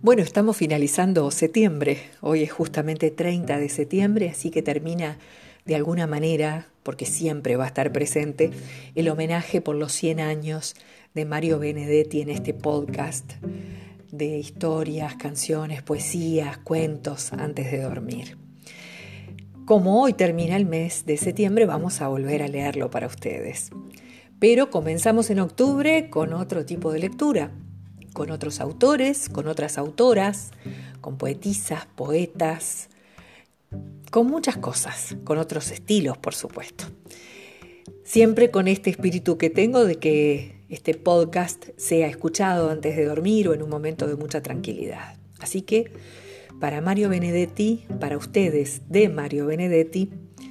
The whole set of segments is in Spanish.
Bueno, estamos finalizando septiembre. Hoy es justamente 30 de septiembre, así que termina de alguna manera, porque siempre va a estar presente, el homenaje por los 100 años de Mario Benedetti en este podcast de historias, canciones, poesías, cuentos antes de dormir. Como hoy termina el mes de septiembre, vamos a volver a leerlo para ustedes. Pero comenzamos en octubre con otro tipo de lectura, con otros autores, con otras autoras, con poetisas, poetas, con muchas cosas, con otros estilos, por supuesto. Siempre con este espíritu que tengo de que este podcast sea escuchado antes de dormir o en un momento de mucha tranquilidad. Así que para Mario Benedetti, para ustedes de Mario Benedetti,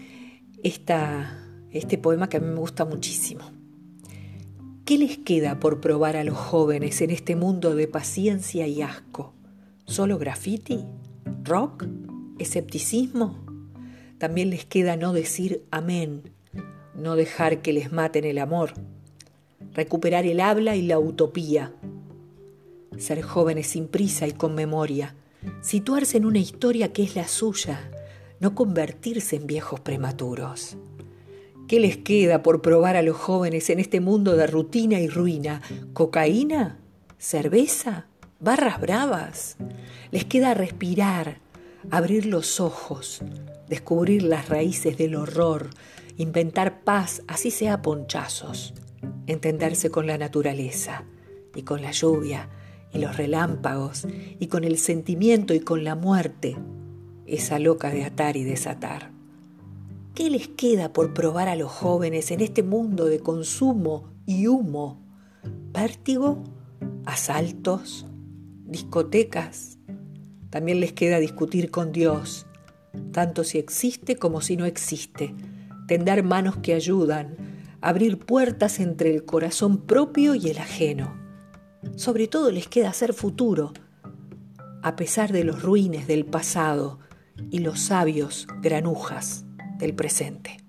este poema que a mí me gusta muchísimo. ¿Qué les queda por probar a los jóvenes en este mundo de paciencia y asco? ¿Solo graffiti? ¿Rock? ¿Escepticismo? También les queda no decir amén, no dejar que les maten el amor, recuperar el habla y la utopía, ser jóvenes sin prisa y con memoria, situarse en una historia que es la suya, no convertirse en viejos prematuros. ¿Qué les queda por probar a los jóvenes en este mundo de rutina y ruina? ¿Cocaína? ¿Cerveza? ¿Barras bravas? Les queda respirar, abrir los ojos, descubrir las raíces del horror, inventar paz, así sea a ponchazos, entenderse con la naturaleza y con la lluvia y los relámpagos y con el sentimiento y con la muerte, esa loca de atar y desatar. ¿Qué les queda por probar a los jóvenes en este mundo de consumo y humo? ¿Vértigo? ¿Asaltos? ¿Discotecas? También les queda discutir con Dios, tanto si existe como si no existe, tender manos que ayudan, abrir puertas entre el corazón propio y el ajeno. Sobre todo les queda hacer futuro, a pesar de los ruines del pasado y los sabios granujas del presente.